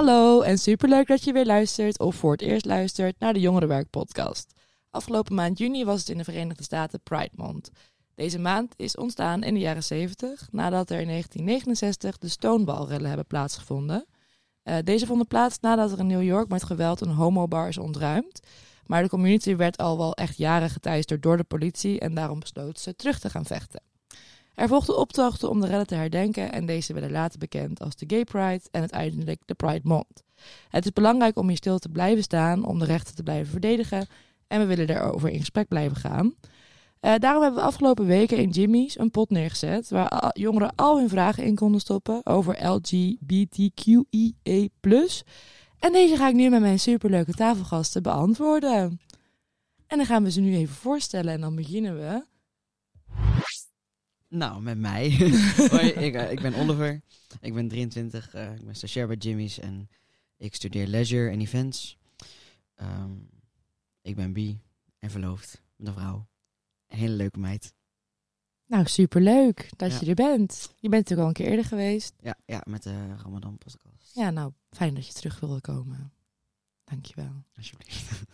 Hallo en superleuk dat je weer luistert of voor het eerst luistert naar de Jongerenwerk podcast. Afgelopen maand juni was het in de Verenigde Staten Pride Month. Deze maand is ontstaan in de jaren 70 nadat er in 1969 de Stonewall-rellen hebben plaatsgevonden. Deze vonden plaats nadat er in New York met geweld een homobar is ontruimd. Maar de community werd al wel echt jaren geteisterd door de politie en daarom besloot ze terug te gaan vechten. Er volgden optochten om de rellen te herdenken en deze werden later bekend als de Gay Pride en uiteindelijk de Pride Month. Het is belangrijk om hier stil te blijven staan, om de rechten te blijven verdedigen en we willen erover in gesprek blijven gaan. Daarom hebben we afgelopen weken in Jimmy's een pot neergezet waar jongeren al hun vragen in konden stoppen over LGBTQIA+. En deze ga ik nu met mijn superleuke tafelgasten beantwoorden. En dan gaan we ze nu even voorstellen en dan beginnen we. Nou, met mij. Hoi, ik ben Oliver. Ik ben 23. Ik ben stagiair bij Jimmy's en ik studeer leisure en events. Ik ben bi en verloofd met een vrouw. Een hele leuke meid. Nou, superleuk dat je er bent. Je bent natuurlijk al een keer eerder geweest. Ja, met de Ramadan podcast. Ja, nou, fijn dat je terug wilde komen. Dankjewel. Alsjeblieft.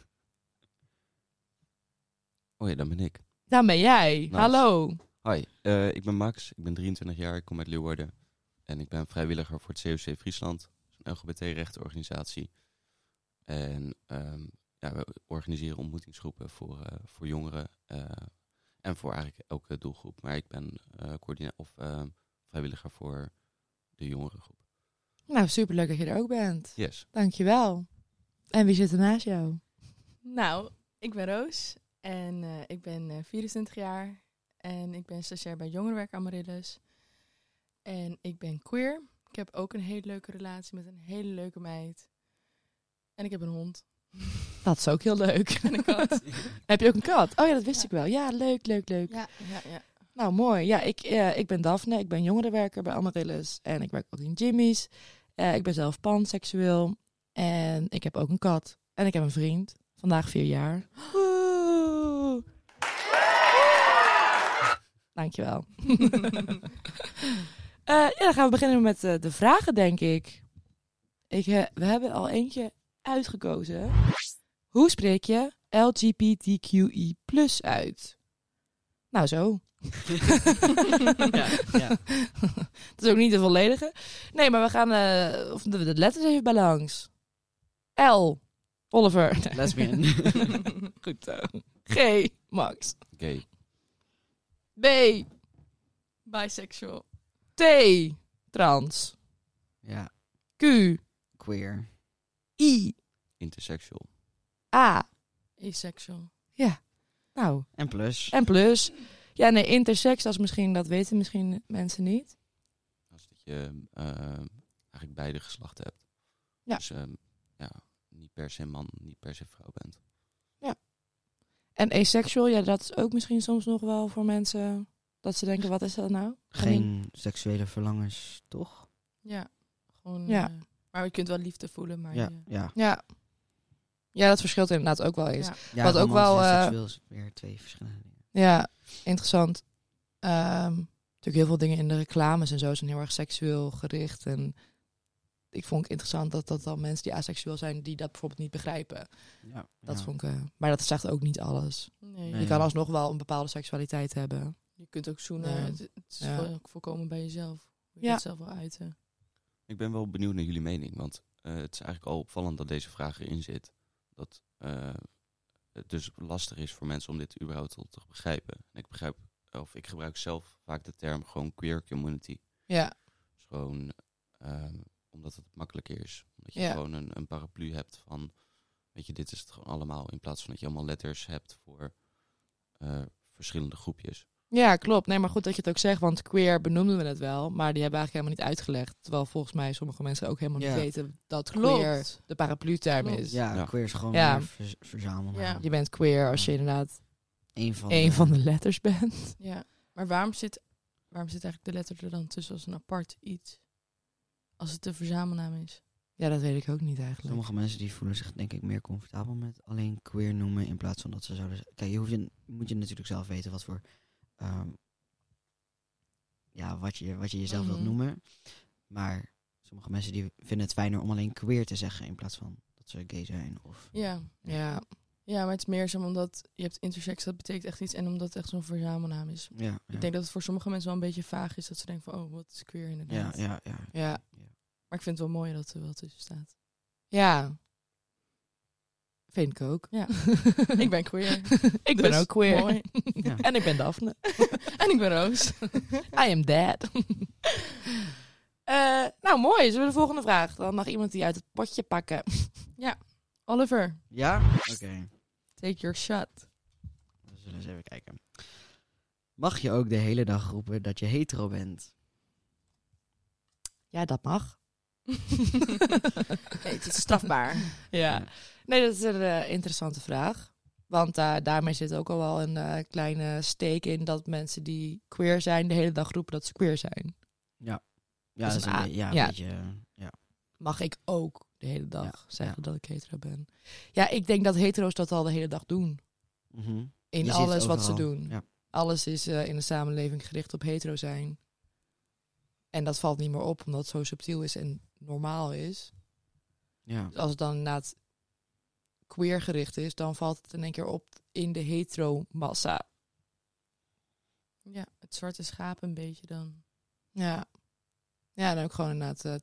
Oh ja, dan ben ik. Dan ben jij. Nice. Hallo. Hi, ik ben Max, ik ben 23 jaar, ik kom uit Leeuwarden. En ik ben vrijwilliger voor het COC Friesland, een LGBT-rechtenorganisatie. En we organiseren ontmoetingsgroepen voor jongeren en voor eigenlijk elke doelgroep. Maar ik ben vrijwilliger voor de jongerengroep. Nou, superleuk dat je er ook bent. Yes. Dankjewel. En wie zit er naast jou? Nou, ik ben Roos en ik ben 24 jaar en ik ben stagiair bij Jongerenwerk Amaryllis. En ik ben queer. Ik heb ook een hele leuke relatie met een hele leuke meid. En ik heb een hond. Dat is ook heel leuk. En een kat. Heb je ook een kat? Oh ja, dat wist ik wel. Ja, leuk. Ja. Nou, mooi. Ja, ik ben Daphne. Ik ben jongerenwerker bij Amaryllis. En ik werk ook in Jimmy's. Ik ben zelf panseksueel. En ik heb ook een kat. En ik heb een vriend. Vandaag 4 jaar. Woe! Dankjewel. Dan gaan we beginnen met de vragen, denk ik. We hebben al eentje uitgekozen. Hoe spreek je LGBTQI+ uit? Nou, zo. Ja. Dat is ook niet de volledige. Nee, maar we gaan de letters even bij langs. L. Oliver. Lesbian. Goed zo. G. Max. Gay. B. Bisexual. T. Trans. Ja, Q. queer. I. Intersexual. A. Asexual. Ja. Nou. En plus. En plus. Ja, nee, intersex, dat weten misschien mensen niet. Als dat je eigenlijk beide geslachten hebt. Ja. Dus niet per se man, niet per se vrouw bent. En asexual, ja, dat is ook misschien soms nog wel voor mensen dat ze denken, wat is dat nou? Geen seksuele verlangens, toch? Ja. Gewoon, Ja. Maar je kunt wel liefde voelen, maar Ja. Ja, dat verschilt inderdaad ook wel eens. Ja. Ja, Wat ook wel, romantisch en seksueel is weer 2 verschillende dingen. Ja, interessant. Natuurlijk heel veel dingen in de reclames en zo zijn heel erg seksueel gericht. En ik vond het interessant dat dan mensen die asexueel zijn, die dat bijvoorbeeld niet begrijpen. Dat vond ik, maar dat zegt ook niet alles. Nee. Nee. Je kan alsnog wel een bepaalde seksualiteit hebben. Je kunt ook zoenen. Ja. Het is ook volkomen bij jezelf. Je Ja. kunt het zelf wel uiten. Ik ben wel benieuwd naar jullie mening, want het is eigenlijk al opvallend dat deze vraag erin zit. Dat het dus lastig is voor mensen om dit überhaupt te begrijpen. En ik gebruik zelf vaak de term gewoon queer community. Ja, Dus gewoon omdat het makkelijker is. Omdat je Ja. gewoon een paraplu hebt van, weet je, dit is het gewoon allemaal. In plaats van dat je allemaal letters hebt voor verschillende groepjes. ja, klopt. Nee, maar goed dat je het ook zegt, want queer benoemden we het wel, maar die hebben we eigenlijk helemaal niet uitgelegd. Terwijl volgens mij sommige mensen ook helemaal niet weten dat queer Klopt. de paraplu-term Klopt. is. Ja, Ja. queer is gewoon Ja. meer verzamelen. Ja. Je bent queer als je inderdaad Een van één van de letters bent. Ja. Maar waarom zit eigenlijk de letter er dan tussen als een apart iets? Als het de verzamelnaam is. Ja, dat weet ik ook niet eigenlijk. Sommige mensen die voelen zich denk ik meer comfortabel met alleen queer noemen in plaats van dat ze zouden... Kijk, je moet je natuurlijk zelf weten wat voor... wat je jezelf wilt Mhm. noemen. Maar sommige mensen die vinden het fijner om alleen queer te zeggen in plaats van dat ze gay zijn. Of, Ja. Ja. Ja, maar het is meer zo omdat je hebt intersex, dat betekent echt iets. En omdat het echt zo'n verzamelnaam is. ja, Ik denk dat het voor sommige mensen wel een beetje vaag is. Dat ze denken van, oh, wat is queer inderdaad. ja. Ja. Maar ik vind het wel mooi dat er wel tussen staat. Ja. Vind ik ook. Ja. Ik ben queer. Ik ben Dus ook queer. mooi. Ja. En ik ben Daphne. En ik ben Roos. I am dead. Nou, mooi. Zullen we de volgende vraag? Dan mag iemand die uit het potje pakken. Oliver, Ja? Oké. take your shot. We zullen eens even kijken. Mag je ook de hele dag roepen dat je hetero bent? Ja, dat mag. Nee, het is strafbaar. Ja. Nee, dat is een interessante vraag. Want daarmee zit ook al wel een kleine steek in dat mensen die queer zijn de hele dag roepen dat ze queer zijn. Ja, Dat dat is is een een, ja. beetje... Ja. Mag ik ook de hele dag Ja, zeggen ja. dat ik hetero ben? Ja, ik denk dat hetero's dat al de hele dag doen. Mhm. In Je ziet alles het wat ze overal. doen. Ja. Alles is in de samenleving gericht op hetero zijn. En dat valt niet meer op, omdat het zo subtiel is en normaal is. Ja. Dus als het dan inderdaad queer gericht is, dan valt het in één keer op in de hetero-massa. Ja, het zwarte schaap een beetje dan. Ja. Ja, dan ook gewoon inderdaad...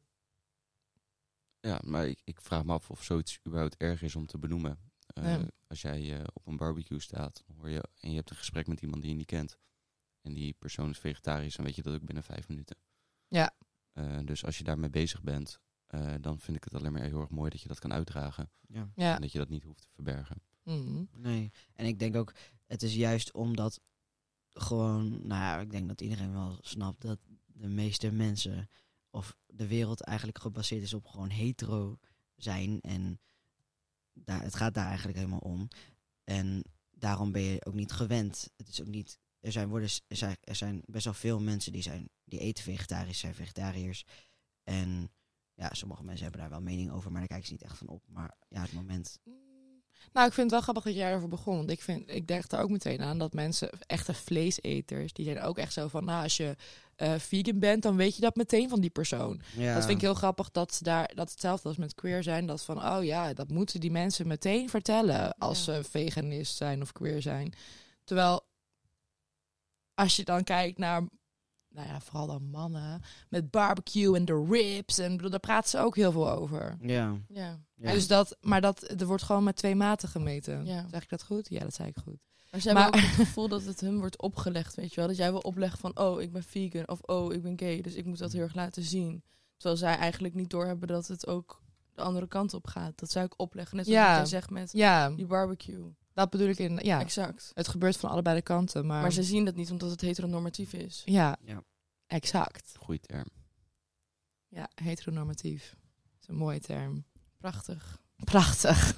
Ja, maar ik vraag me af of zoiets überhaupt erg is om te benoemen. Ja. Als jij op een barbecue staat dan hoor je, en je hebt een gesprek met iemand die je niet kent. En die persoon is vegetarisch, dan weet je dat ook binnen 5 minuten. Ja. Dus als je daarmee bezig bent, dan vind ik het alleen maar heel erg mooi dat je dat kan uitdragen. Ja. Ja. En dat je dat niet hoeft te verbergen. Mhm. Nee. En ik denk ook, het is juist omdat gewoon, nou ja, ik denk dat iedereen wel snapt dat de meeste mensen of de wereld eigenlijk gebaseerd is op gewoon hetero zijn. En het gaat daar eigenlijk helemaal om. En daarom ben je ook niet gewend. Het is ook niet. Er zijn best wel veel mensen die eten vegetarisch, zijn vegetariërs. En ja, sommige mensen hebben daar wel mening over, maar daar kijken ze niet echt van op. Maar ja, het moment. Nou, ik vind het wel grappig dat jij erover begon. Want ik dacht er ook meteen aan dat mensen, echte vleeseters, die zijn ook echt zo van, nou, als je vegan bent, dan weet je dat meteen van die persoon. Ja. Dat vind ik heel grappig dat dat hetzelfde als met queer zijn, dat van, oh ja, dat moeten die mensen meteen vertellen als ze veganist zijn of queer zijn. Terwijl, als je dan kijkt naar, nou ja, vooral dan mannen, met barbecue en de ribs, en bedoel, daar praten ze ook heel veel over. Ja. Ja. Ja. Dus er wordt gewoon met 2 maten gemeten. Ja. Zeg ik dat goed? Ja, dat zei ik goed. Maar ze hebben Maar- ook het gevoel dat het hun wordt opgelegd, weet je wel. Dat jij wil opleggen van, oh, ik ben vegan. Of, oh, ik ben gay. Dus ik moet dat heel erg laten zien. Terwijl zij eigenlijk niet doorhebben dat het ook de andere kant op gaat. Dat zij ook opleggen. Net zoals Ja. wat jij zegt met Ja, die barbecue. dat bedoel ik in. Ja, Exact. het gebeurt van allebei de kanten, maar Maar ze zien dat niet omdat het heteronormatief is. ja, Ja. exact. Goeie term. Ja, heteronormatief. Dat is een mooie term. Prachtig. Prachtig.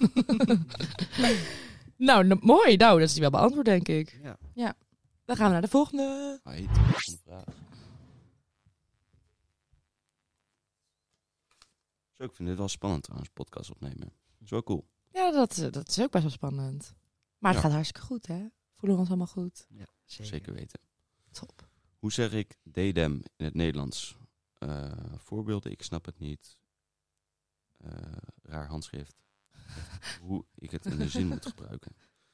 Mooi. Nou, dat is die wel beantwoord, denk ik. Ja. Dan gaan we naar de volgende. Right. Volgende vraag. Zo, ik vind dit wel spannend trouwens, podcast opnemen. Dat is wel cool. Ja, dat is ook best wel spannend. Maar het Ja. gaat hartstikke goed, hè? Voelen we ons allemaal goed? Ja, Zeker weten. Top. Hoe zeg ik dedem in het Nederlands? Voorbeelden, ik snap het niet. Raar handschrift. Hoe ik het in de zin moet gebruiken.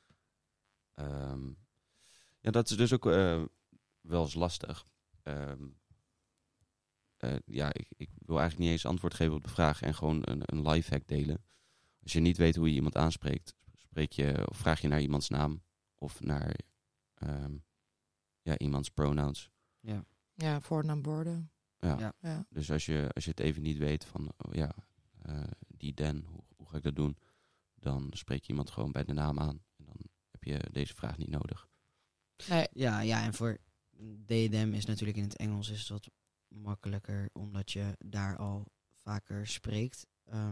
Ja, dat is dus ook wel eens lastig. Ja, ik wil eigenlijk niet eens antwoord geven op de vraag en gewoon een lifehack delen. Als je niet weet hoe je iemand aanspreekt, vraag je naar iemands naam of naar iemands pronouns. Ja, voornaamwoorden. Ja. Ja. Ja. Dus als je het even niet weet van, die den, hoe ga ik dat doen? Dan spreek je iemand gewoon bij de naam aan. En dan heb je deze vraag niet nodig. Nee. Ja, en voor they, them is natuurlijk in het Engels is het wat makkelijker, omdat je daar al vaker spreekt.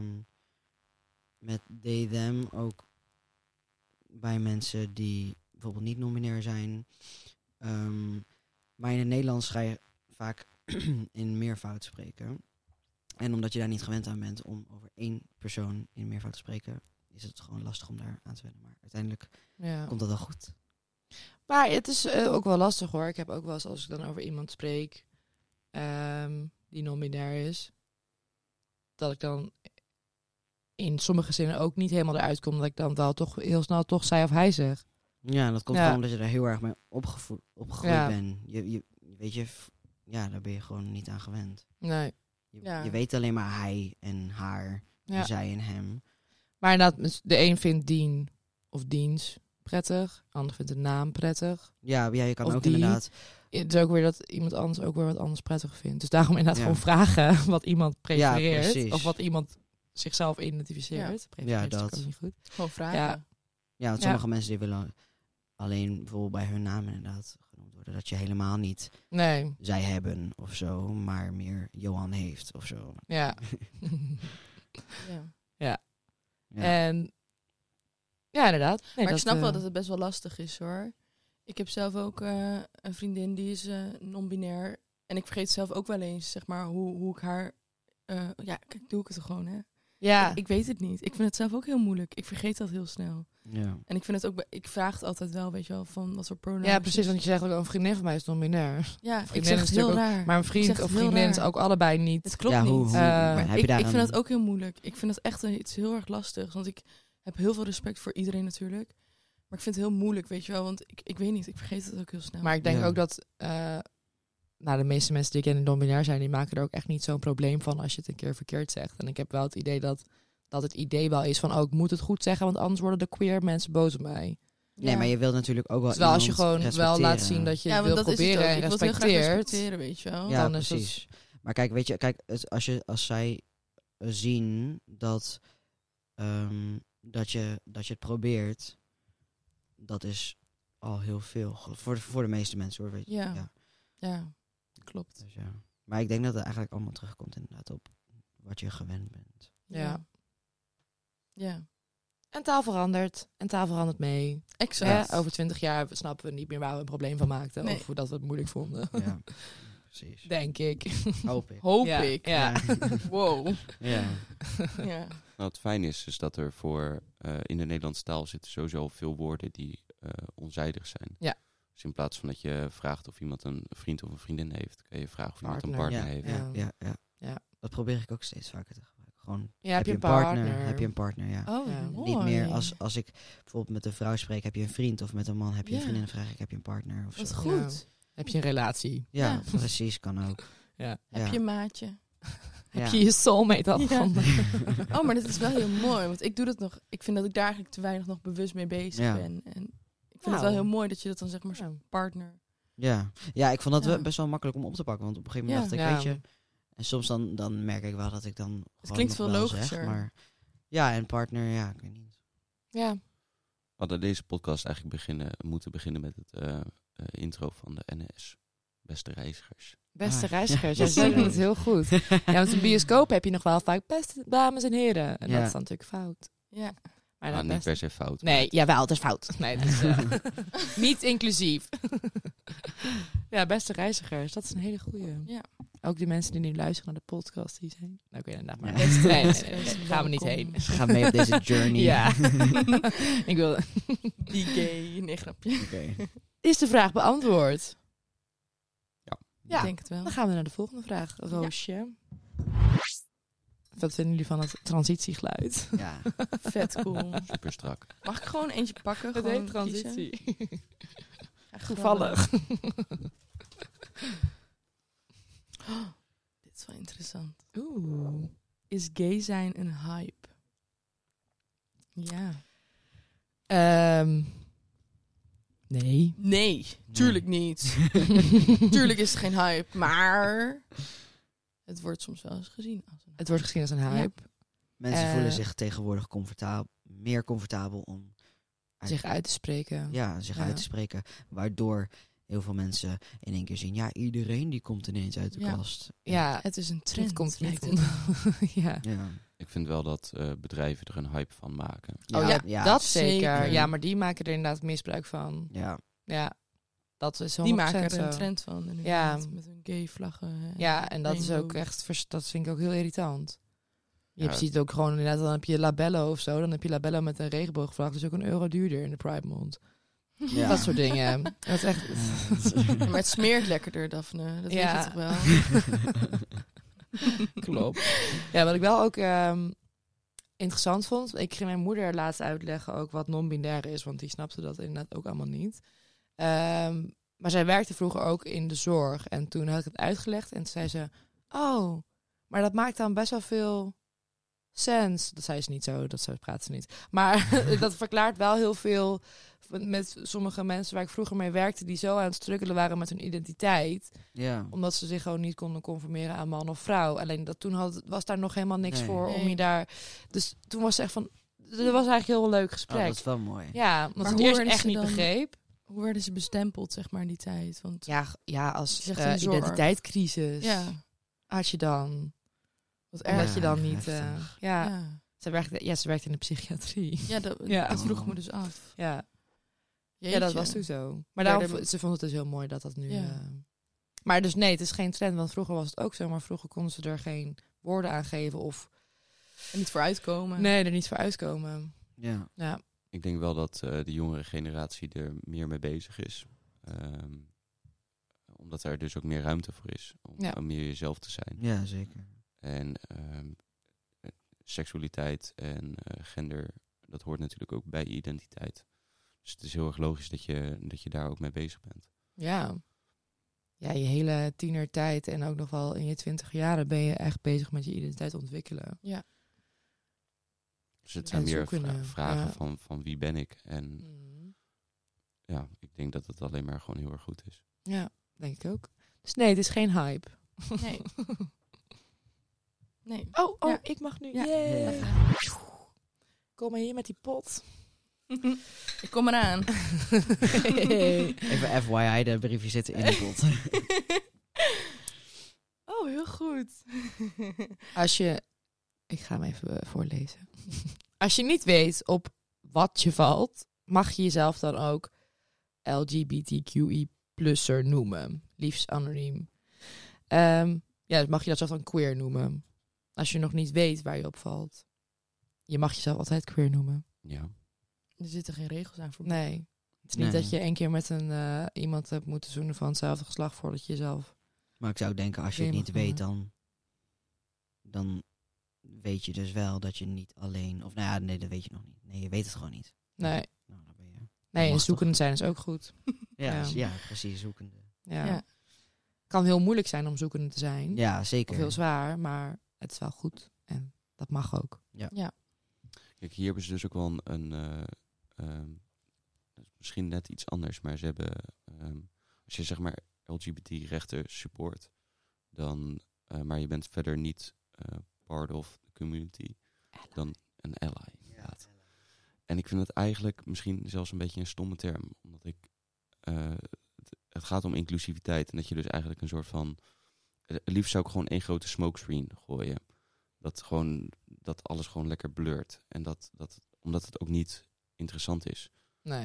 Met they, them ook bij mensen die bijvoorbeeld niet non-binair zijn. Maar in het Nederlands ga je vaak in meervoud spreken. En omdat je daar niet gewend aan bent om over 1 persoon in meervoud te spreken, is het gewoon lastig om daar aan te wennen. Maar uiteindelijk Ja. komt dat wel goed. Maar het is ook wel lastig, hoor. Ik heb ook wel eens, als ik dan over iemand spreek die non-binair is, dat ik dan in sommige zinnen ook niet helemaal eruit kom. Dat ik dan wel toch heel snel toch zij of hij zeg. Ja, en dat komt Ja. gewoon omdat je daar heel erg mee opgegroeid Ja. bent. Je weet je, ja, daar ben je gewoon niet aan gewend. Nee. Ja. Je weet alleen maar hij en haar, Ja. zij en hem. Maar inderdaad, de een vindt dien of diens prettig. De ander vindt de naam prettig. Ja, je kan Of ook die. inderdaad... Het is ook weer dat iemand anders ook weer wat anders prettig vindt. Dus daarom inderdaad Ja. gewoon vragen wat iemand prefereert. precies. Of wat iemand zichzelf identificeert. Prefereert is dat. natuurlijk ook niet goed. Gewoon vragen. Ja. Ja, want Ja. sommige mensen die willen alleen bijvoorbeeld bij hun naam inderdaad genoemd worden. Dat je helemaal niet Nee, zij hebben of zo, maar meer Johan heeft of zo. ja. Ja. Ja. En ja, inderdaad. Nee, Maar ik snap wel eh, dat het best wel lastig is, hoor. Ik heb zelf ook een vriendin die is non-binair. En ik vergeet zelf ook wel eens, zeg maar, hoe ik haar... ja, kijk, doe ik het er gewoon, hè. Ja, Ik weet het niet. Ik vind het zelf ook heel moeilijk. Ik vergeet dat heel snel. Ja. En ik vind het ook... Ik vraag het altijd wel, weet je wel, van wat voor pronouns. ja, precies. Want je zegt ook, een vriendin van mij is non-binair. Ja, ik vriendin zeg is het heel natuurlijk raar. Maar een Ik vriend zeg het of heel vriendin is raar. ook allebei niet. Het klopt Ja, niet. maar heb je daar ik vind een- dat ook heel moeilijk. Ik vind dat echt iets heel erg lastig. Want ik heb heel veel respect voor iedereen natuurlijk. Maar ik vind het heel moeilijk, weet je wel. Want ik weet niet, ik vergeet het ook heel snel. Maar ik denk Ja. ook dat de meeste mensen die ik ken die non-binair zijn, die maken er ook echt niet zo'n probleem van als je het een keer verkeerd zegt. En ik heb wel het idee dat het idee wel is van, ik moet het goed zeggen, want anders worden de queer mensen boos op mij. Nee, maar je wilt natuurlijk ook wel Terwijl als je iemand gewoon wel respecteren. laat zien dat je ja, het want wil dat is het proberen ook. en Ik wil het heel graag respecteert. respecteren, weet je wel. Ja, dan is precies. Maar kijk, weet je, als zij zien dat je het probeert, dat is al heel veel. Voor de meeste mensen, hoor, weet je. Ja. Ja, klopt. Dus ja. Maar ik denk dat het eigenlijk allemaal terugkomt inderdaad op wat je gewend bent. Ja. Ja, En taal verandert. En taal verandert mee. exact. Hè? Over 20 jaar snappen we niet meer waar we een probleem van maakten. Nee. Of dat we het moeilijk vonden. Ja, precies. Denk ik. Hoop ik. Hoop Ja, ik. ja. Wow. Ja. Ja. Nou, het fijne is dat er in de Nederlandse taal zitten sowieso veel woorden die onzijdig zijn. Ja. Dus in plaats van dat je vraagt of iemand een vriend of een vriendin heeft, kan je vragen of iemand een Partner. partner heeft. Ja. Dat probeer ik ook steeds vaker te gebruiken. Gewoon, Ja, heb je een partner? Heb je een partner, ja. Oh, Ja. mooi. Niet meer als ik bijvoorbeeld met een vrouw spreek, heb je een vriend. Of met een man heb je een Ja. vriendin. Dan vraag ik, heb je een partner? Of Wat zo. goed. Heb je een relatie? Ja, Ja. precies, kan ook. Ja. Heb je een maatje? Heb je je soulmate al Ja. gevonden? Oh, maar dat is wel heel mooi. Want ik doe dat nog... Ik vind dat ik daar eigenlijk te weinig nog bewust mee bezig Ja. ben. En ik vind Nou. het wel heel mooi dat je dat dan zeg maar Ja. zo'n partner... Ja, ik vond dat Ja. best wel makkelijk om op te pakken. Want op een gegeven moment Ja. dacht ik, Ja. weet je... En soms dan merk ik wel dat ik dan gewoon klinkt nog veel wel logischer. Zeg, maar ja, en partner, ja, ik weet niet. Ja. We hadden deze podcast eigenlijk moeten beginnen met het intro van de NS. Beste reizigers. Beste Ah. reizigers, Ja. jij zei het heel goed. Ja, want in bioscoop heb je nog wel vaak beste dames en heren. En Ja. dat is dan natuurlijk fout. Ja. Maar Maar dan niet best... per se fout. Nee, jawel, het is fout. Nee, dat is niet inclusief. Ja, beste reizigers, dat is een hele goeie. Ja. Ook die mensen die nu luisteren naar de podcast, die zijn... Nou, oké, inderdaad, maar... Ja. Nee, gaan we niet Welkom. heen. Ga mee op deze journey. Ja. Ik wil... Die gay. Nee, grapje. Oké. Is de vraag beantwoord? Ja. Ik denk het wel. Dan gaan we naar de volgende vraag, Roosje. Wat vinden jullie van het transitiegeluid? Ja. Vet cool. Super strak. Mag ik gewoon eentje pakken? Het Gewoon heet kiezen? transitie. Ja, Toevallig. Oh, dit is wel interessant. Oeh. Is gay zijn een hype? Ja. Nee. Nee, tuurlijk niet. Tuurlijk is het geen hype, maar het wordt soms wel eens gezien als een Het wordt gezien als een hype. Mensen voelen zich tegenwoordig meer comfortabel om Zich uit te spreken. zich Ja. uit te spreken. Waardoor heel veel mensen in één keer zien, ja, iedereen die komt ineens uit de Ja. kast. Ja, Het is een het trend. komt lijkt niet het. ja. Ja. Ik vind wel dat bedrijven er een hype van maken. Oh ja, dat zeker. zeker. Ja, maar die maken er inderdaad misbruik van. Ja. Ja, dat is 100% Die maken er zo. een trend van. inderdaad, Ja. Met hun gay vlaggen. Ja, en dat is ook rainbows. echt, dat vind ik ook heel irritant. Je Ja. ziet ook gewoon inderdaad, dan heb je Labello of zo. Dan heb je Labello met een regenboogvlag. Dus ook €1 duurder in de Pride Month. Ja. Dat soort dingen. Dat is echt... Ja, maar het smeert lekkerder, Daphne. Dat Ja. weet je toch wel? Klopt. Ja, wat ik wel ook interessant vond. Ik ging mijn moeder laatst uitleggen ook wat non-binair is. Want die snapte dat inderdaad ook allemaal niet. Maar zij werkte vroeger ook in de zorg. En toen had ik het uitgelegd. En toen zei ze... Oh, maar dat maakt dan best wel veel sens. Dat zei ze niet zo. Dat zo praat ze niet. Maar dat verklaart wel heel veel... Met sommige mensen waar ik vroeger mee werkte... die zo aan het struggelen waren met hun identiteit. Ja. Omdat ze zich gewoon niet konden conformeren aan man of vrouw. Alleen dat toen was daar nog helemaal niks Nee. voor om Nee. je daar... Dus toen was het echt van... Dat was eigenlijk een heel leuk Oh, gesprek. dat is wel mooi. Ja, omdat Maar ik het hoe eerst werden echt ze niet dan- begreep. Hoe werden ze bestempeld, zeg maar, in die tijd? Want Ja, als Je zegt in de zorg. identiteitscrisis ja, had je dan. wat Omdat erg. je dan Ja, niet... heftig. ja, Ze werkte in de psychiatrie. Ja, dat Ja. vroeg ik me dus af. Ja, Jeetje. dat was toen zo. Maar Ja, daarom, ze vond het dus heel mooi dat dat nu... Ja. maar dus nee, het is geen trend. Want vroeger was het ook zo. Maar vroeger konden ze er geen woorden aan geven. Of En niet voor uitkomen. nee, er niet voor uitkomen. Ja. Ja, Ik denk wel dat de jongere generatie er meer mee bezig is. Omdat er dus ook meer ruimte voor is. Om meer jezelf te zijn. Ja, zeker. En seksualiteit en gender, dat hoort natuurlijk ook bij je identiteit. Dus het is heel erg logisch dat je daar ook mee bezig bent. ja. Ja, je hele tienertijd en ook nog wel in je 20 jaren ben je echt bezig met je identiteit ontwikkelen. Ja. Dus het En zijn meer zoeken, vragen ja. van wie ben ik. En ja, ik denk dat het alleen maar gewoon heel erg goed is. Ja, denk ik ook. Dus nee, het is geen hype. Nee. Nee. Oh, Ja. ik mag nu. Ja. Yay. Ja. Kom maar hier met die pot. Ik kom eraan. Even FYI, de briefje zitten in de pot. Oh, heel goed. Als je... Ik ga hem even voorlezen. Als je niet weet op wat je valt, mag je jezelf dan ook LGBTQI+er noemen. Liefst anoniem. Dus mag je dat zelf dan queer noemen. Als je nog niet weet waar je op valt. Je mag jezelf altijd queer noemen. Ja. Er zitten geen regels aan voor. Nee. Het is niet Nee. dat je 1 keer met een iemand hebt moeten zoenen van hetzelfde geslacht voordat je jezelf... Maar ik zou denken, als je het Oké, niet mag weet, dan weet je dus wel dat je niet alleen... Of nou ja, nee, dat weet je nog niet. Nee, je weet het gewoon niet. Nee. Nou, dan ben je... Nee, en mag zoekende zijn is ook goed. Ja, Ja. ja precies, zoekende. Ja. Ja. Kan heel moeilijk zijn om zoekende te zijn. Ja, zeker. Of heel zwaar, maar het is wel goed. En dat mag ook. Kijk, hier hebben ze dus ook wel misschien net iets anders, maar ze hebben, als je zeg maar LGBT-rechten support, dan, maar je bent verder niet part of the community, dan een ally. Inderdaad. En ik vind het eigenlijk misschien zelfs een beetje een stomme term, omdat het gaat om inclusiviteit en dat je dus eigenlijk een soort van, liefst zou ik gewoon 1 grote smokescreen gooien. Dat alles gewoon lekker blurt. En omdat het ook niet interessant is. Nee.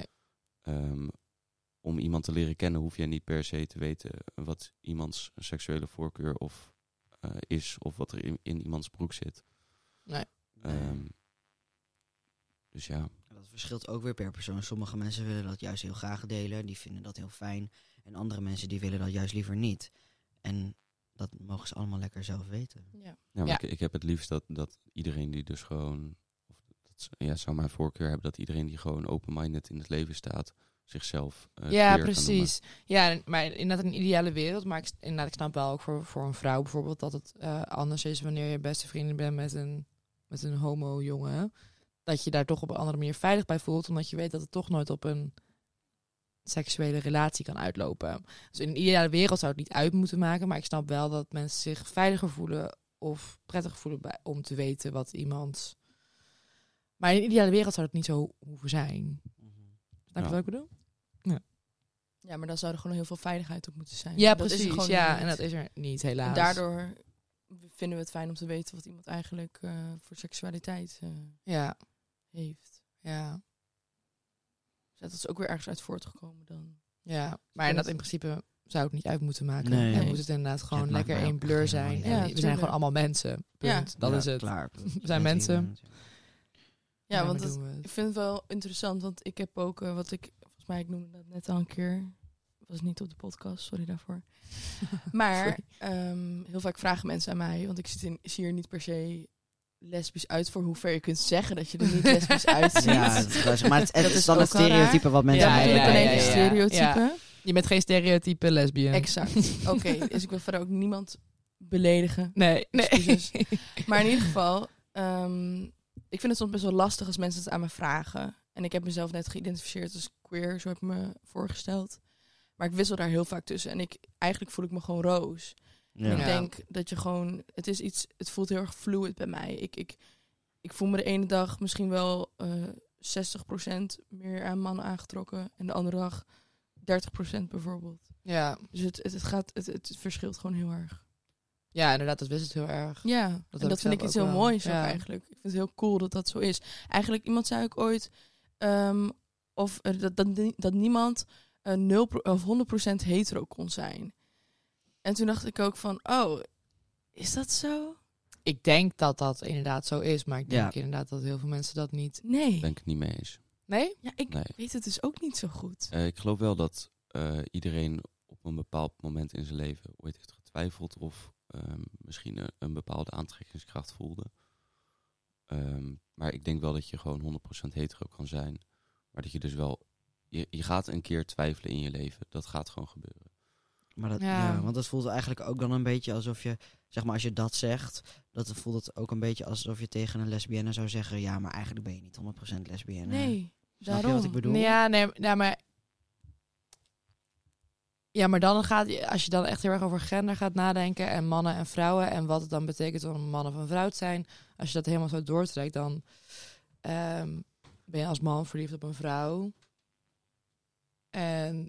Om iemand te leren kennen hoef je niet per se te weten wat iemands seksuele voorkeur is. Of wat er in iemands broek zit. Nee. Dus ja. Dat verschilt ook weer per persoon. Sommige mensen willen dat juist heel graag delen. Die vinden dat heel fijn. En andere mensen die willen dat juist liever niet. En dat mogen ze allemaal lekker zelf weten. Ja. Ja, maar Ja. Ik heb het liefst dat iedereen die dus gewoon... zou mijn voorkeur hebben dat iedereen die gewoon open-minded in het leven staat... zichzelf Ja, queer kan precies. Ja, maar inderdaad een ideale wereld. Maar ik snap wel ook voor een vrouw bijvoorbeeld... dat het anders is wanneer je beste vrienden bent met een homo-jongen. Dat je daar toch op een andere manier veilig bij voelt. Omdat je weet dat het toch nooit op een seksuele relatie kan uitlopen. Dus in een ideale wereld zou het niet uit moeten maken. Maar ik snap wel dat mensen zich veiliger voelen... of prettiger voelen om te weten wat iemand... Maar in een ideale wereld zou het niet zo hoeven zijn. Snap je Ja. wat ik bedoel? Ja, maar dan zou er gewoon heel veel veiligheid op moeten zijn. Ja, Dat is er precies. gewoon Ja, niet. en dat is er niet, helaas. En daardoor vinden we het fijn om te weten wat iemand eigenlijk voor seksualiteit Ja, heeft. ja, Dus dat is ook weer ergens uit voortgekomen dan. ja. Maar in principe zou het niet uit moeten maken. Nee. Dan Nee. moet het inderdaad gewoon het maakt lekker mij één ook blur echt zijn. helemaal En niet we uit. zijn Ja, gewoon allemaal mensen. Punt. Ja. Dat Ja, is het. Klaar. We zijn mensen. Ja, maar want doen we het. ik vind het wel interessant, want ik heb ook, ik noemde dat net al een keer, was niet op de podcast, sorry daarvoor. Maar heel vaak vragen mensen aan mij, want ik zie er niet per se lesbisch uit voor hoe ver je kunt zeggen dat je er niet lesbisch uitziet. Ja, maar het Dat is is dan ook het wel raar. stereotype wat mensen Dat bedoel ik eigenlijk... alleen, een stereotype. Ja. Je bent geen stereotype lesbian. Exact. Oké, dus ik wil verder ook niemand beledigen. Nee. Excuses. Maar in ieder geval, ik vind het soms best wel lastig als mensen het aan me vragen. En ik heb mezelf net geïdentificeerd als queer, zo heb ik me voorgesteld. Maar ik wissel daar heel vaak tussen. En eigenlijk voel ik me gewoon Roos. Ja. Ik denk dat je gewoon, het voelt heel erg fluid bij mij. Ik voel me de ene dag misschien wel 60% meer aan mannen aangetrokken. En de andere dag 30% bijvoorbeeld. Ja. Dus het verschilt gewoon heel erg. Ja, inderdaad, dat wist het heel erg. Ja, heb en ik dat vind ik zelf iets ook heel wel. moois Ja. ook eigenlijk. Ik vind het heel cool dat dat zo is. Eigenlijk, iemand zei ook ooit dat niemand 0 of 100% hetero kon zijn. En toen dacht ik ook van, oh, is dat zo? Ik denk dat dat inderdaad zo is, maar ik denk Ja. inderdaad dat heel veel mensen dat niet... Nee. Daar ben ik het niet mee eens. Nee? Ja, ik Nee. weet het dus ook niet zo goed. Ik geloof wel dat iedereen op een bepaald moment in zijn leven ooit heeft getwijfeld of misschien een bepaalde aantrekkingskracht voelde. Maar ik denk wel dat je gewoon 100% hetero kan zijn. Maar dat je dus wel... Je gaat een keer twijfelen in je leven. Dat gaat gewoon gebeuren. Maar dat, Ja. ja, want dat voelt eigenlijk ook dan een beetje alsof je, zeg maar, als je dat zegt, dat voelt het ook een beetje alsof je tegen een lesbienne zou zeggen, ja, maar eigenlijk ben je niet 100% lesbienne. Nee, Snap je daarom. wat ik bedoel? Ja, nee, maar... Ja, maar dan als je dan echt heel erg over gender gaat nadenken en mannen en vrouwen en wat het dan betekent om een man of een vrouw te zijn, als je dat helemaal zo doortrekt, dan ben je als man verliefd op een vrouw. En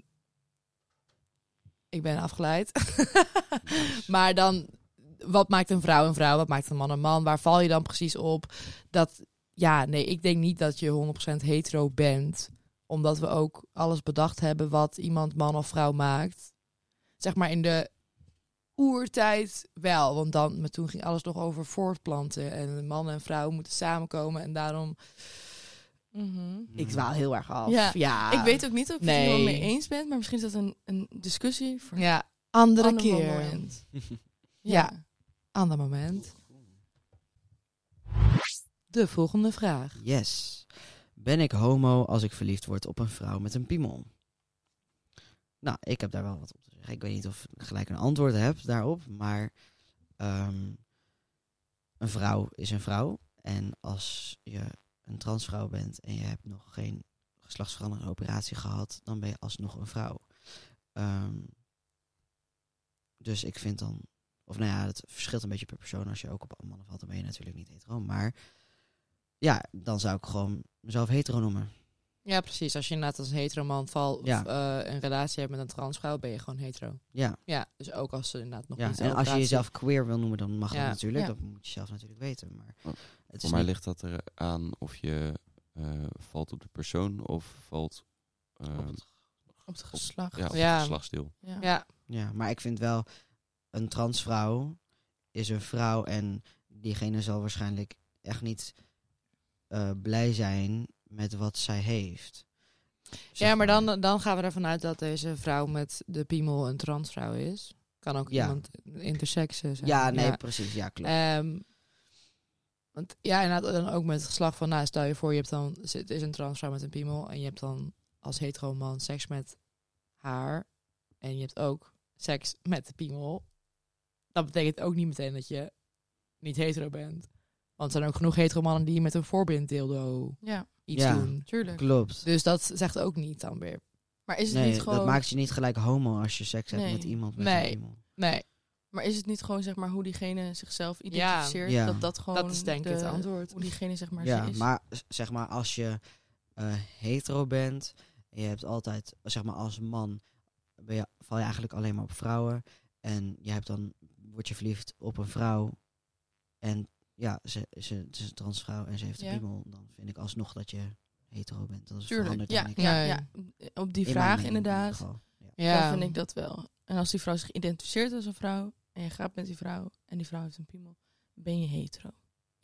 ik ben afgeleid. Maar dan, wat maakt een vrouw een vrouw? Wat maakt een man een man? Waar val je dan precies op? Ik denk niet dat je 100% hetero bent, omdat we ook alles bedacht hebben wat iemand man of vrouw maakt. Zeg maar in de oertijd wel, want toen ging alles nog over voortplanten en man en vrouw moeten samenkomen en daarom... Ik dwaal heel erg af. Ja. Ik weet ook niet of ik het Nee. helemaal mee eens ben, maar misschien is dat een discussie voor Ja, een andere ander keer. moment. Ja. Ander moment. De volgende vraag. Yes. Ben ik homo als ik verliefd word op een vrouw met een piemel? Nou, ik heb daar wel wat op te zeggen. Ik weet niet of ik gelijk een antwoord heb daarop, maar een vrouw is een vrouw. En als je een transvrouw bent en je hebt nog geen geslachtsveranderende operatie gehad, dan ben je alsnog een vrouw. Dus ik vind dan, of nou ja, het verschilt een beetje per persoon. Als je ook op mannen valt, dan ben je natuurlijk niet hetero. Maar ja, dan zou ik gewoon mezelf hetero noemen. Ja, precies. Als je inderdaad als een hetero man valt of een relatie hebt met een transvrouw, ben je gewoon hetero. Ja, Ja, dus ook als ze inderdaad nog ja. niet... En als je jezelf queer wil noemen, dan mag Ja. dat natuurlijk. Ja. Dat moet je zelf natuurlijk weten. Maar Oh, het is Voor mij niet- ligt dat eraan of je valt op de persoon of valt Op het geslacht. op Ja. het geslachtsdeel. Ja. Ja, Ja, maar ik vind wel, een transvrouw is een vrouw en diegene zal waarschijnlijk echt niet blij zijn met wat zij heeft. Zeg ja, maar dan gaan we ervan uit dat deze vrouw met de piemel een transvrouw is. Kan ook Ja. iemand intersex zijn. Ja, nee, precies. Ja, klopt. Want ja, inderdaad dan ook met het geslacht van, nou, stel je voor, het is een transvrouw met een piemel en je hebt dan als hetero man seks met haar en je hebt ook seks met de piemel. Dat betekent ook niet meteen dat je niet hetero bent. Want er zijn ook genoeg hetero mannen die met een voorbeelddildo Ja, iets Ja. doen. tuurlijk. Klopt. Dus dat zegt ook niet dan weer. Maar is het Nee, niet gewoon... dat maakt je niet gelijk homo als je seks hebt Nee. met iemand met Nee. een piemel. Nee, Maar is het niet gewoon, zeg maar, hoe diegene zichzelf identificeert? Ja. Dat gewoon dat is denk ik het antwoord. Hoe diegene, zeg maar, Ja, ze is. maar zeg maar als je hetero bent en je hebt altijd, zeg maar als man, val je eigenlijk alleen maar op vrouwen en word je verliefd op een vrouw en ja, ze is een transvrouw en ze heeft Ja. een piemel, dan vind ik alsnog dat je hetero bent. Dat is Tuurlijk, verandert ja, dan niks. ja, Nee. ja. Op die In vraag mijn mening in ieder inderdaad, geval. Ja. Ja. dan vind ik dat wel. En als die vrouw zich identificeert als een vrouw en je gaat met die vrouw en die vrouw heeft een piemel, ben je hetero.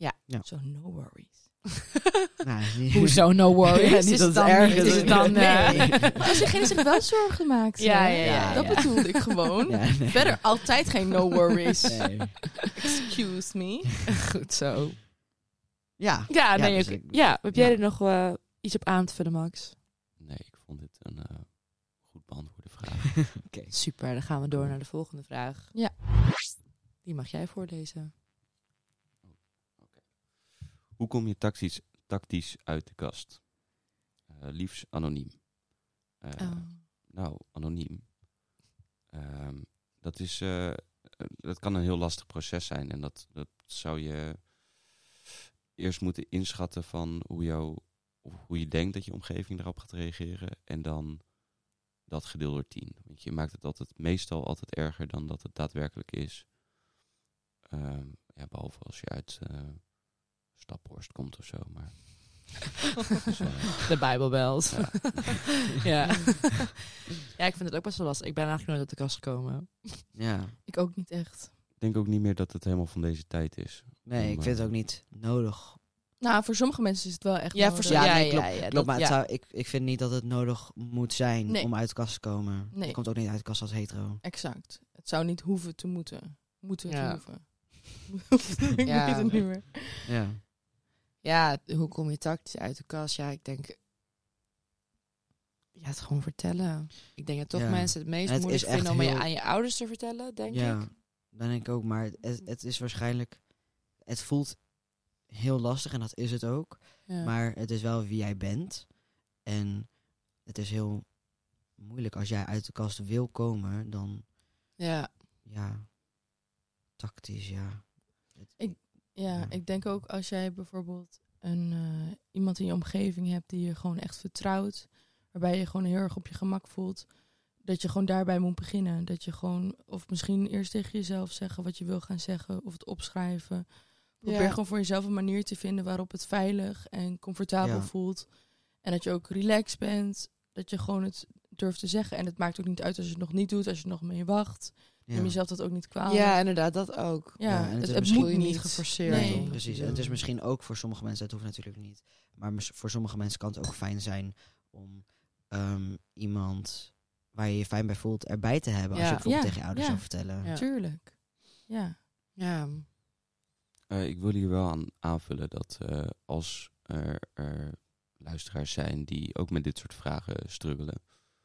Zo, no worries. Nou, niet- Hoezo no worries? Ja, niet Is dat het het dan erger niet? Is is. het dan... Nee. Maar als diegene zich wel zorgen maakt. Ja, hè? ja, Dat ja. bedoelde ik gewoon. Ja, nee. Verder altijd geen no worries. Nee. Excuse me. Goed zo. Ja. Ja, nee, dus oké. ik- Ja, heb jij Ja. er nog iets op aan te vullen, Max? Nee, ik vond dit een goed beantwoorde vraag. Super, dan gaan we door naar de volgende vraag. Ja. Die mag jij voorlezen. Hoe kom je tactisch uit de kast? Liefst anoniem. Nou, anoniem. Dat kan een heel lastig proces zijn. En dat zou je eerst moeten inschatten van hoe je denkt dat je omgeving erop gaat reageren. En dan dat gedeeld door 10. Want je maakt het meestal altijd erger dan dat het daadwerkelijk is. Behalve als je uit Staphorst komt of zo. Maar, dus, De Bijbelbelt. Ja. Ja. Ja, ik vind het ook best wel lastig. Ik ben eigenlijk nooit uit de kast gekomen. Ja. Ik ook niet echt. ik denk ook niet meer dat het helemaal van deze tijd is. Nee, ik vind het ook niet nodig. Nou, voor sommige mensen is het wel echt Ja, nodig. voor Ja, ja, nee, ja, klopt. ja, Klopt, maar ja. ik vind niet dat het nodig moet zijn Nee. om uit de kast te komen. Nee. Je komt ook niet uit de kast als hetero. Exact. Het zou niet hoeven te moeten. Moeten Ja. te hoeven. Ik Ja. weet het niet meer. Ja. Ja, hoe kom je tactisch uit de kast? Ja, ik denk... Ja, het gewoon vertellen. Ik denk dat toch Ja. mensen het meest En het moeilijk is echt vinden om heel- aan je ouders te vertellen, denk Ja, ik. dat denk ik ook. Maar het is waarschijnlijk... Het voelt heel lastig en dat is het ook. Ja. Maar het is wel wie jij bent. En het is heel moeilijk. Als jij uit de kast wil komen, dan... Ja. Ja, tactisch, ja. Ja, Ja. ik denk ook als jij bijvoorbeeld iemand in je omgeving hebt die je gewoon echt vertrouwt, waarbij je gewoon heel erg op je gemak voelt, dat je gewoon daarbij moet beginnen. Dat je gewoon, of misschien eerst tegen jezelf zeggen wat je wil gaan zeggen, of het opschrijven. Probeer Ja. gewoon voor jezelf een manier te vinden waarop het veilig en comfortabel Ja. voelt. En dat je ook relaxed bent, dat je gewoon het durft te zeggen. En het maakt ook niet uit als je het nog niet doet, als je er nog mee wacht. Ja. Neem jezelf dat ook niet kwalijk. Ja, inderdaad, dat ook. Ja, Ja, en het het, is het misschien moet je niet niet geforceerd Nee. om- Precies, en het is misschien ook voor sommige mensen, het hoeft natuurlijk niet, maar voor sommige mensen kan het ook fijn zijn om iemand waar je je fijn bij voelt erbij te hebben. Als Ja. je bijvoorbeeld Ja, tegen je ouders ja. zou vertellen. Ja. Tuurlijk. Ja. Ja. Ik wil hier wel aan aanvullen dat als er luisteraars zijn die ook met dit soort vragen struggelen,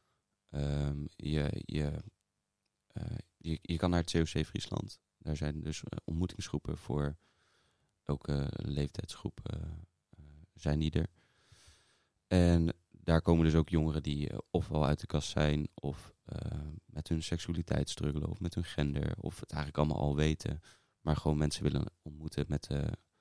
je kan naar het COC Friesland. Daar zijn dus ontmoetingsgroepen voor elke leeftijdsgroep zijn die er. En daar komen dus ook jongeren die ofwel uit de kast zijn, of met hun seksualiteit struggelen, of met hun gender, of het eigenlijk allemaal al weten, maar gewoon mensen willen ontmoeten met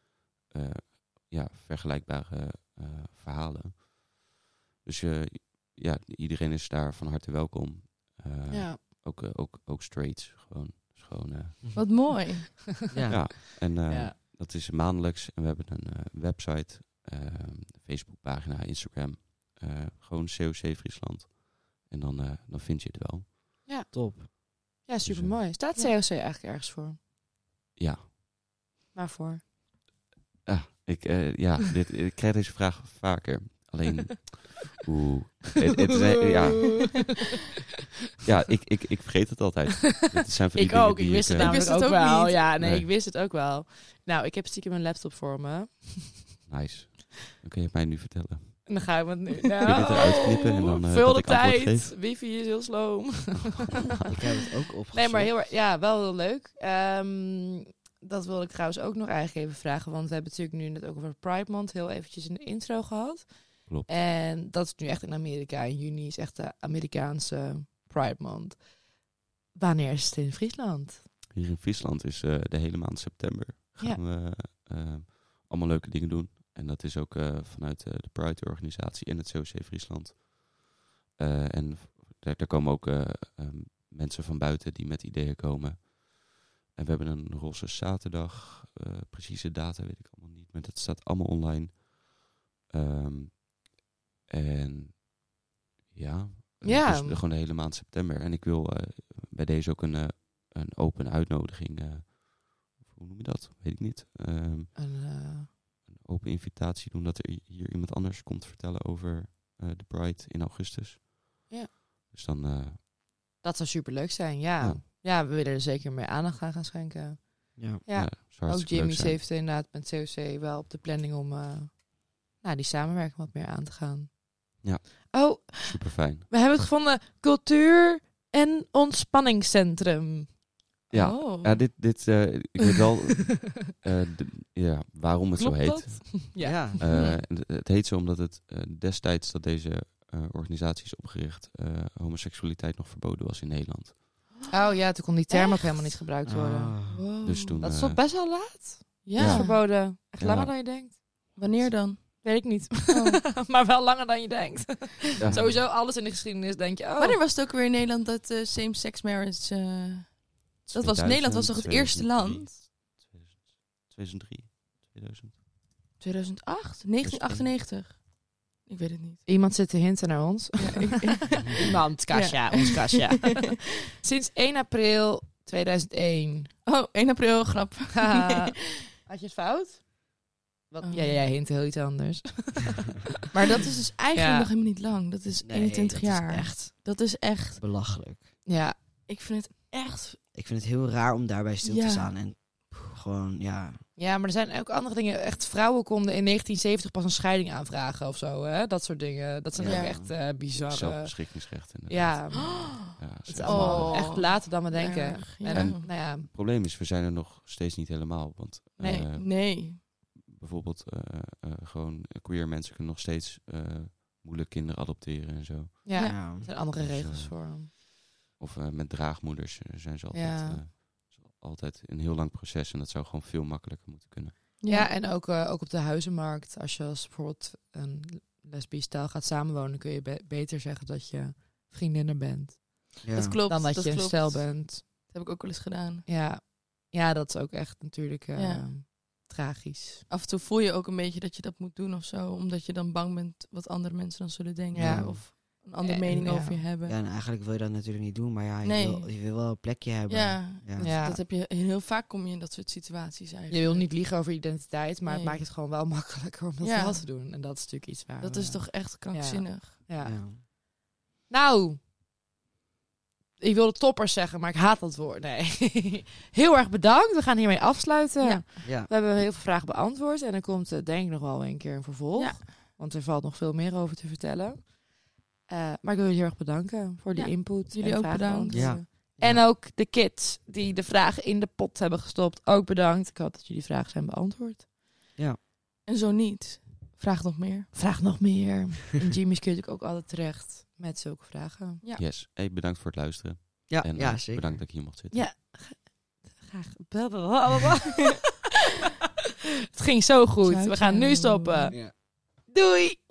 vergelijkbare verhalen. Dus iedereen is daar van harte welkom. Ja. Ook straights, gewoon. Dus gewoon Wat mooi. Ja. ja. En Ja. dat is maandelijks. En we hebben een website, Facebookpagina, Instagram. Gewoon COC Friesland. En dan vind je het wel. Top. Ja, super mooi. Staat COC eigenlijk ergens voor? Ja. Waarvoor? Ik krijg deze vraag vaker. Alleen, ik vergeet het altijd. Het zijn van die Ik dingen ook. die Ik wist het eh, namelijk wist het ook ook wel. niet. Ja, nee, Nee. ik wist het ook wel. Nou, ik heb stiekem een laptop voor me. Nice. Dan kun je het mij nu vertellen. En dan gaan we het nu... dit eruit knippen en dan, Vul dat de ik antwoord tijd. geef? Wifi is heel sloom. Ik heb het ook opgezocht. Nee, maar wel heel leuk. Dat wilde ik trouwens ook nog eigenlijk even vragen. Want we hebben het natuurlijk nu net ook over Pride Month heel eventjes in de intro gehad. Klopt. En dat is nu echt in Amerika. In juni is echt de Amerikaanse Pride Month. Wanneer is het in Friesland? Hier in Friesland is de hele maand september. Gaan we allemaal leuke dingen doen. En dat is ook vanuit de Pride-organisatie en het COC Friesland. En daar komen ook mensen van buiten die met ideeën komen. En we hebben een roze zaterdag. Precieze data weet ik allemaal niet. Maar dat staat allemaal online. Dus gewoon de hele maand september. En ik wil bij deze ook een open uitnodiging hoe noem je dat? Weet ik niet. Een open invitatie doen dat er hier iemand anders komt vertellen over de Pride in augustus. Ja. Dus dan... Dat zou superleuk zijn, ja. Ja, we willen er zeker meer aandacht aan gaan schenken. Ja. Ja, zou ook hartstikke leuk Jimmy's zijn. heeft inderdaad met COC wel op de planning om die samenwerking wat meer aan te gaan. Ja. Oh, Super fijn. we hebben het gevonden. Cultuur- en ontspanningscentrum. Ja, Oh. ja dit ik weet wel waarom het Klopt zo heet. dat? Ja. Het heet zo omdat het destijds dat deze organisatie is opgericht, homoseksualiteit nog verboden was in Nederland. Oh ja, toen kon die term ook Echt? helemaal niet gebruikt worden. Ah. Wow. Dus toen... Dat is toch best wel laat? Ja. Dat is verboden. Echt Ja. langer dan je denkt. Wanneer dan? Weet ik niet. Oh. Maar wel langer dan je denkt. ja. Sowieso alles in de geschiedenis denk je, oh. Wanneer was het ook weer in Nederland dat same-sex marriage... dat was Nederland was toch het eerste land? 2003, 2000. 2008? 1998? Ik weet het niet. Iemand zit te hinten naar ons. Ja, Iemand, Kasia, ons Kasia. Sinds 1 april 2001. Oh, 1 april, grap. Haha. Had je het fout? Wat? Oh. Ja, jij hint heel iets anders. Maar dat is dus eigenlijk Ja. nog helemaal niet lang. Dat is Nee, 21 dat is jaar. echt Dat is echt... belachelijk. Ja, Ik vind het echt... Ik vind het heel raar om daarbij stil Ja. te staan. En gewoon, ja... ja, maar er zijn ook andere dingen. Echt, vrouwen konden in 1970 pas een scheiding aanvragen of zo. Hè? Dat soort dingen. Dat zijn Ja. ook echt bizarre... Zelfbeschikkingsrecht inderdaad. Ja, Ja, het is zeker. allemaal Oh. echt later dan we denken. Erg, ja. En nou ja, Het probleem is, we zijn er nog steeds niet helemaal. Want Nee. Nee. bijvoorbeeld gewoon queer mensen kunnen nog steeds moeilijk kinderen adopteren en zo. ja, Ja. er zijn andere Dus, regels voor. Of met draagmoeders zijn ze altijd, Ja. altijd een heel lang proces. En dat zou gewoon veel makkelijker moeten kunnen. Ja, en ook op de huizenmarkt. Als je als bijvoorbeeld een lesbisch stel gaat samenwonen, kun je beter zeggen dat je vriendinnen bent. Ja. Dat klopt. Dan dat, je een klopt. stel bent. Dat heb ik ook wel eens gedaan. Ja, ja, dat is ook echt natuurlijk Ja. tragisch. Af en toe voel je ook een beetje dat je dat moet doen of zo. Omdat je dan bang bent wat andere mensen dan zullen denken. Ja. Of een andere En, mening ja. over je hebben. Ja, en eigenlijk wil je dat natuurlijk niet doen. Maar ja, Nee. je wil wel een plekje hebben. Ja. Ja. Ja. Dat heb je heel vaak kom je in dat soort situaties eigenlijk. Je wil niet liegen over je identiteit, maar Nee. het maakt het gewoon wel makkelijker om dat Ja. wel te doen. En dat is natuurlijk iets waar Dat we- is toch echt krankzinnig. Ja. Ja. Nou, ik wilde toppers zeggen, maar ik haat dat woord. Nee. Heel erg bedankt. We gaan hiermee afsluiten. Ja. Ja. We hebben heel veel vragen beantwoord. En er komt denk ik nog wel een keer een vervolg. Ja. Want er valt nog veel meer over te vertellen. Maar ik wil jullie heel erg bedanken voor die Ja, input. jullie en ook vragen bedankt. beantwoorden. Ja. En ook de kids die de vragen in de pot hebben gestopt. Ook bedankt. Ik hoop dat jullie vragen zijn beantwoord. En zo niet. Vraag nog meer. Vraag nog meer. En Jimmy's kun je natuurlijk ook altijd terecht met zulke vragen. Ja. Yes. Hey, bedankt voor het luisteren. Ja, En ja, zeker. bedankt dat ik hier mocht zitten. Ja, graag. Het ging zo goed. Ciao, We gaan nu ciao. stoppen. Ja. Doei!